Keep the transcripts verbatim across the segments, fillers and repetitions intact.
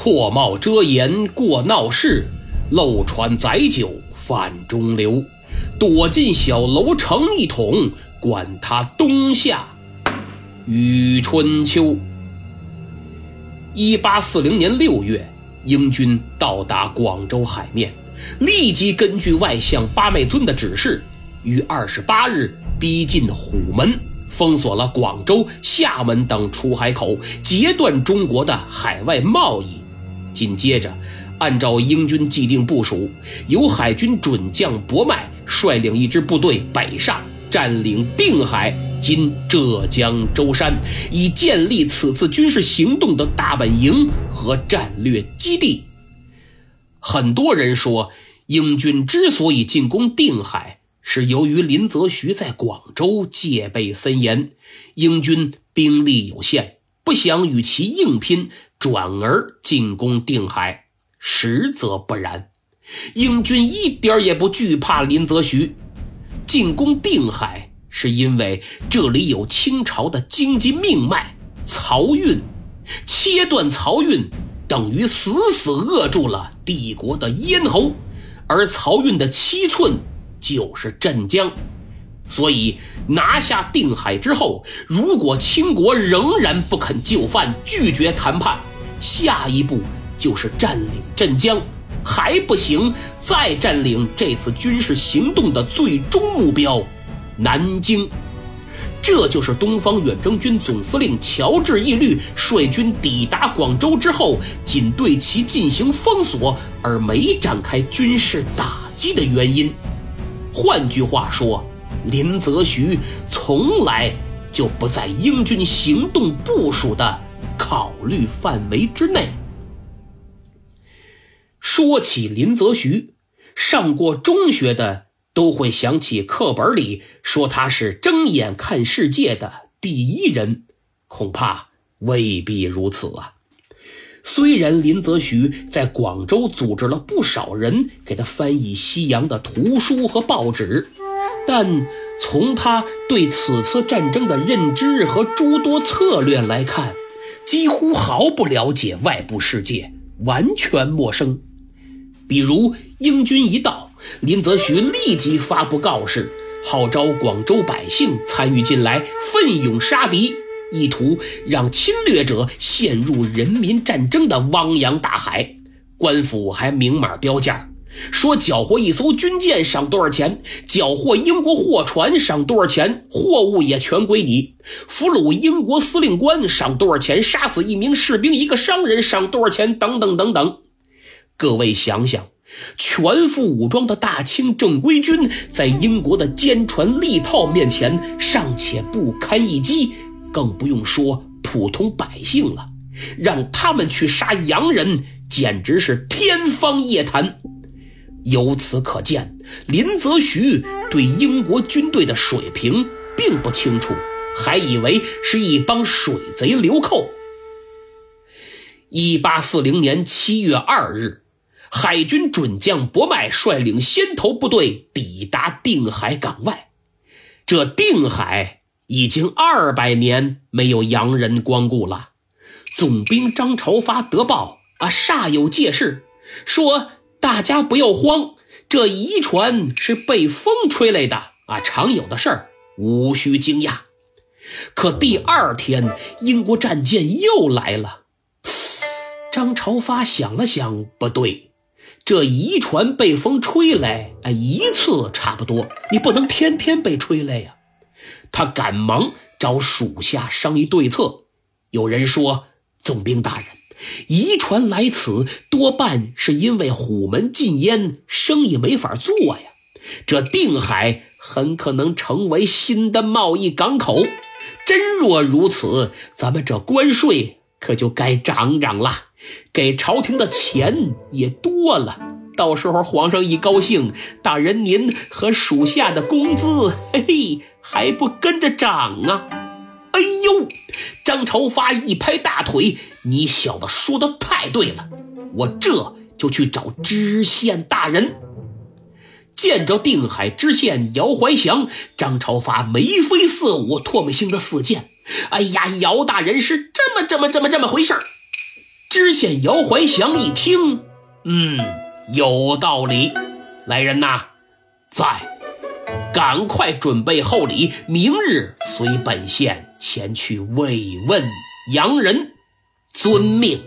破帽遮颜过闹市，漏船载酒泛中流。躲进小楼成一统，管他冬夏与春秋。一八四零年六月，英军到达广州海面，立即根据外相巴麦尊的指示，于二十八日逼近虎门，封锁了广州、厦门等出海口，截断中国的海外贸易。紧接着，按照英军既定部署，由海军准将博迈率领一支部队北上，占领定海今浙江舟山，以建立此次军事行动的大本营和战略基地。很多人说，英军之所以进攻定海，是由于林则徐在广州戒备森严，英军兵力有限，不想与其硬拼，转而进攻定海。实则不然，英军一点也不惧怕林则徐。进攻定海是因为这里有清朝的经济命脉漕运，切断漕运等于死死扼住了帝国的咽喉，而漕运的七寸就是镇江。所以拿下定海之后，如果清国仍然不肯就范，拒绝谈判，下一步就是占领镇江，还不行，再占领这次军事行动的最终目标南京。这就是东方远征军总司令乔治义律率军抵达广州之后，仅对其进行封锁而没展开军事打击的原因。换句话说，林则徐从来就不在英军行动部署的考虑范围之内。说起林则徐，上过中学的都会想起课本里说他是睁眼看世界的第一人，恐怕未必如此啊。虽然林则徐在广州组织了不少人给他翻译西洋的图书和报纸，但从他对此次战争的认知和诸多策略来看，几乎毫不了解外部世界，完全陌生。比如英军一到，林则徐立即发布告示，号召广州百姓参与进来，奋勇杀敌，意图让侵略者陷入人民战争的汪洋大海。官府还明码标价，说缴获一艘军舰赏多少钱，缴获英国货船赏多少钱，货物也全归你，俘虏英国司令官赏多少钱，杀死一名士兵一个商人赏多少钱，等等等等。各位想想，全副武装的大清正规军在英国的坚船利炮面前尚且不堪一击，更不用说普通百姓了，让他们去杀洋人简直是天方夜谭。由此可见，林则徐对英国军队的水平并不清楚，还以为是一帮水贼流寇。一八四零年七月二日，海军准将博迈率领先头部队抵达定海港外。这定海已经二百年没有洋人光顾了。总兵张朝发得报啊，煞有介事，说大家不要慌，这遗船是被风吹来的啊，常有的事儿，无需惊讶。可第二天，英国战舰又来了。张朝发想了想，不对，这遗船被风吹来，啊，一次差不多，你不能天天被吹来呀。他赶忙找属下商议对策。有人说，总兵大人，遗船来此多半是因为虎门禁烟，生意没法做呀。这定海很可能成为新的贸易港口，真若如此，咱们这关税可就该涨涨了，给朝廷的钱也多了，到时候皇上一高兴，大人您和属下的工资，嘿嘿，还不跟着涨啊？哎呦，张朝发一拍大腿，你小子说的太对了，我这就去找知县大人。见着定海知县姚怀祥，张朝发眉飞色舞，唾沫星子四溅。哎呀，姚大人是这么这么这么这么回事儿。 知县姚怀祥一听，嗯，有道理，来人呐，在，赶快准备厚礼，明日随本县前去慰问洋人。遵命。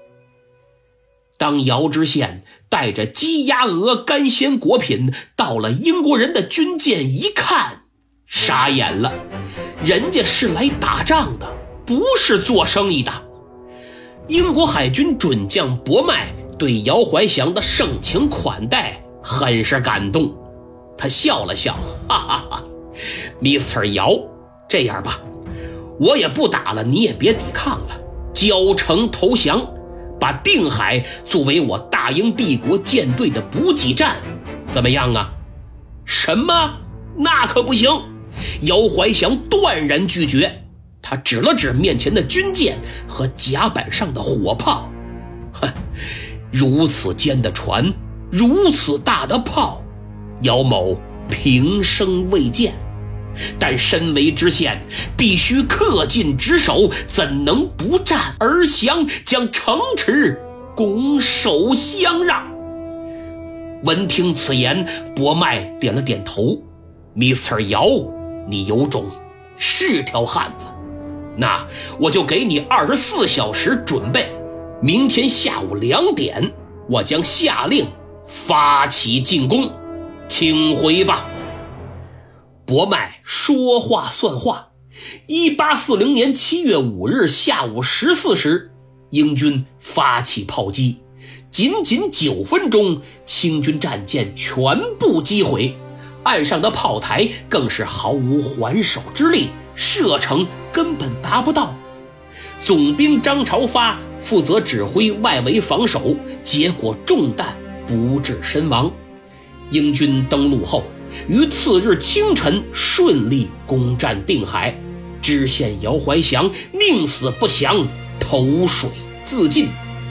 当姚知县带着鸡鸭鹅干鲜果品到了英国人的军舰，一看傻眼了，人家是来打仗的，不是做生意的。英国海军准将伯麦对姚怀祥的盛情款待很是感动，他笑了笑，哈哈哈 Mister 姚，这样吧，我也不打了，你也别抵抗了，交城投降，把定海作为我大英帝国舰队的补给站，怎么样啊？什么？那可不行！姚怀祥断然拒绝，他指了指面前的军舰和甲板上的火炮，哼，如此尖的船，如此大的炮，姚某平生未见，但身为知县，必须恪尽职守，怎能不战而降，将城池拱手相让？闻听此言，伯麦点了点头。Mister 姚，你有种，是条汉子，那我就给你二十四小时准备，明天下午两点，我将下令发起进攻，请回吧。伯麦说话算话。一八四零年七月五日下午十四时，英军发起炮击，仅仅九分钟，清军战舰全部击毁，岸上的炮台更是毫无还手之力，射程根本达不到。总兵张朝发负责指挥外围防守，结果中弹不治身亡。英军登陆后，于次日清晨顺利攻占定海，知县姚怀祥宁死不降，投水自尽。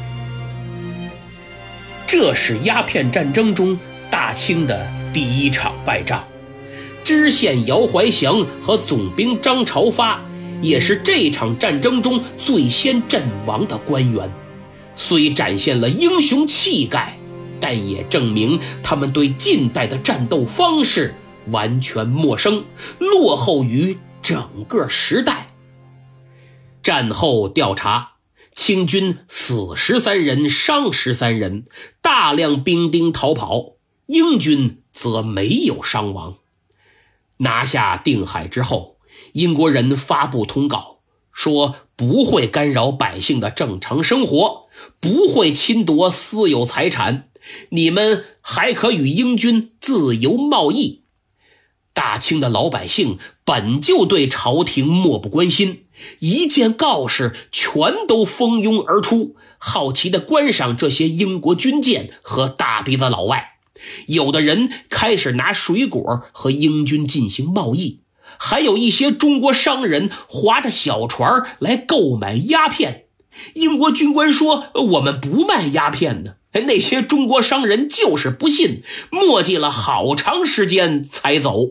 这是鸦片战争中大清的第一场败仗，知县姚怀祥和总兵张朝发也是这场战争中最先阵亡的官员。虽展现了英雄气概，但也证明他们对近代的战斗方式完全陌生，落后于整个时代。战后调查，清军死十三人，伤十三人，大量兵丁逃跑，英军则没有伤亡。拿下定海之后，英国人发布通告，说不会干扰百姓的正常生活，不会侵夺私有财产，你们还可与英军自由贸易。大清的老百姓本就对朝廷漠不关心，一见告示全都蜂拥而出，好奇地观赏这些英国军舰和大鼻子老外。有的人开始拿水果和英军进行贸易，还有一些中国商人划着小船来购买鸦片。英国军官说，我们不卖鸦片呢。那些中国商人就是不信，磨叽了好长时间才走。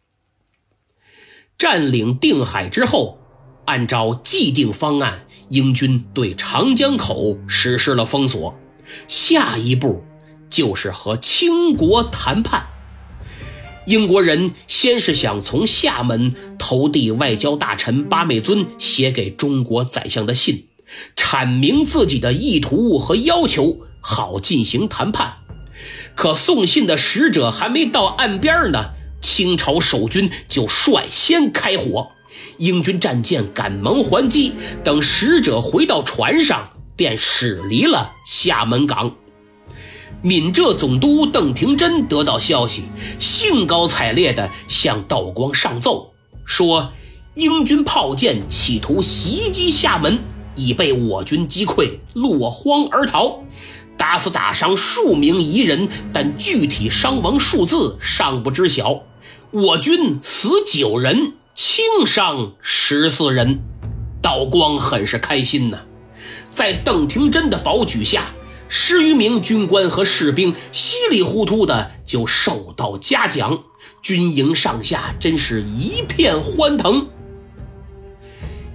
占领定海之后，按照既定方案，英军对长江口实施了封锁，下一步就是和清国谈判。英国人先是想从厦门投递外交大臣巴美尊写给中国宰相的信，阐明自己的意图和要求，好进行谈判。可送信的使者还没到岸边呢，清朝守军就率先开火，英军战舰赶忙还击，等使者回到船上，便驶离了厦门港。闽浙总督邓廷珍得到消息，兴高采烈地向道光上奏，说英军炮舰企图袭击厦门，已被我军击溃，落荒而逃，打死打伤数名夷人，但具体伤亡数字尚不知晓。我军死九人，轻伤十四人。道光很是开心呐、啊，在邓廷珍的保举下，十余名军官和士兵稀里糊涂的就受到嘉奖，军营上下真是一片欢腾。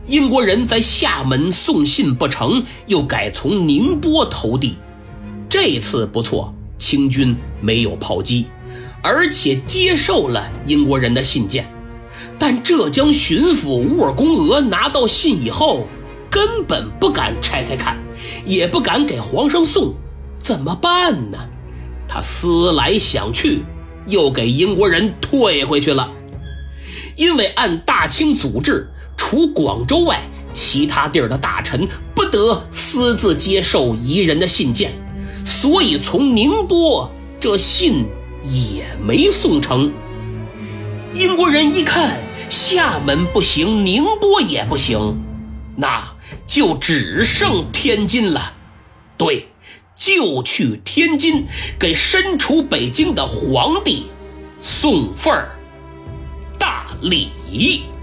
英国人在厦门送信不成，又改从宁波投递。这次不错，清军没有炮击，而且接受了英国人的信件。但浙江巡抚乌尔公娥拿到信以后，根本不敢拆开看，也不敢给皇上送，怎么办呢？他思来想去，又给英国人退回去了。因为按大清祖制，除广州外，其他地儿的大臣不得私自接受夷人的信件，所以从宁波这信也没送成。英国人一看厦门不行，宁波也不行，那就只剩天津了。对，就去天津给身处北京的皇帝送份儿大礼。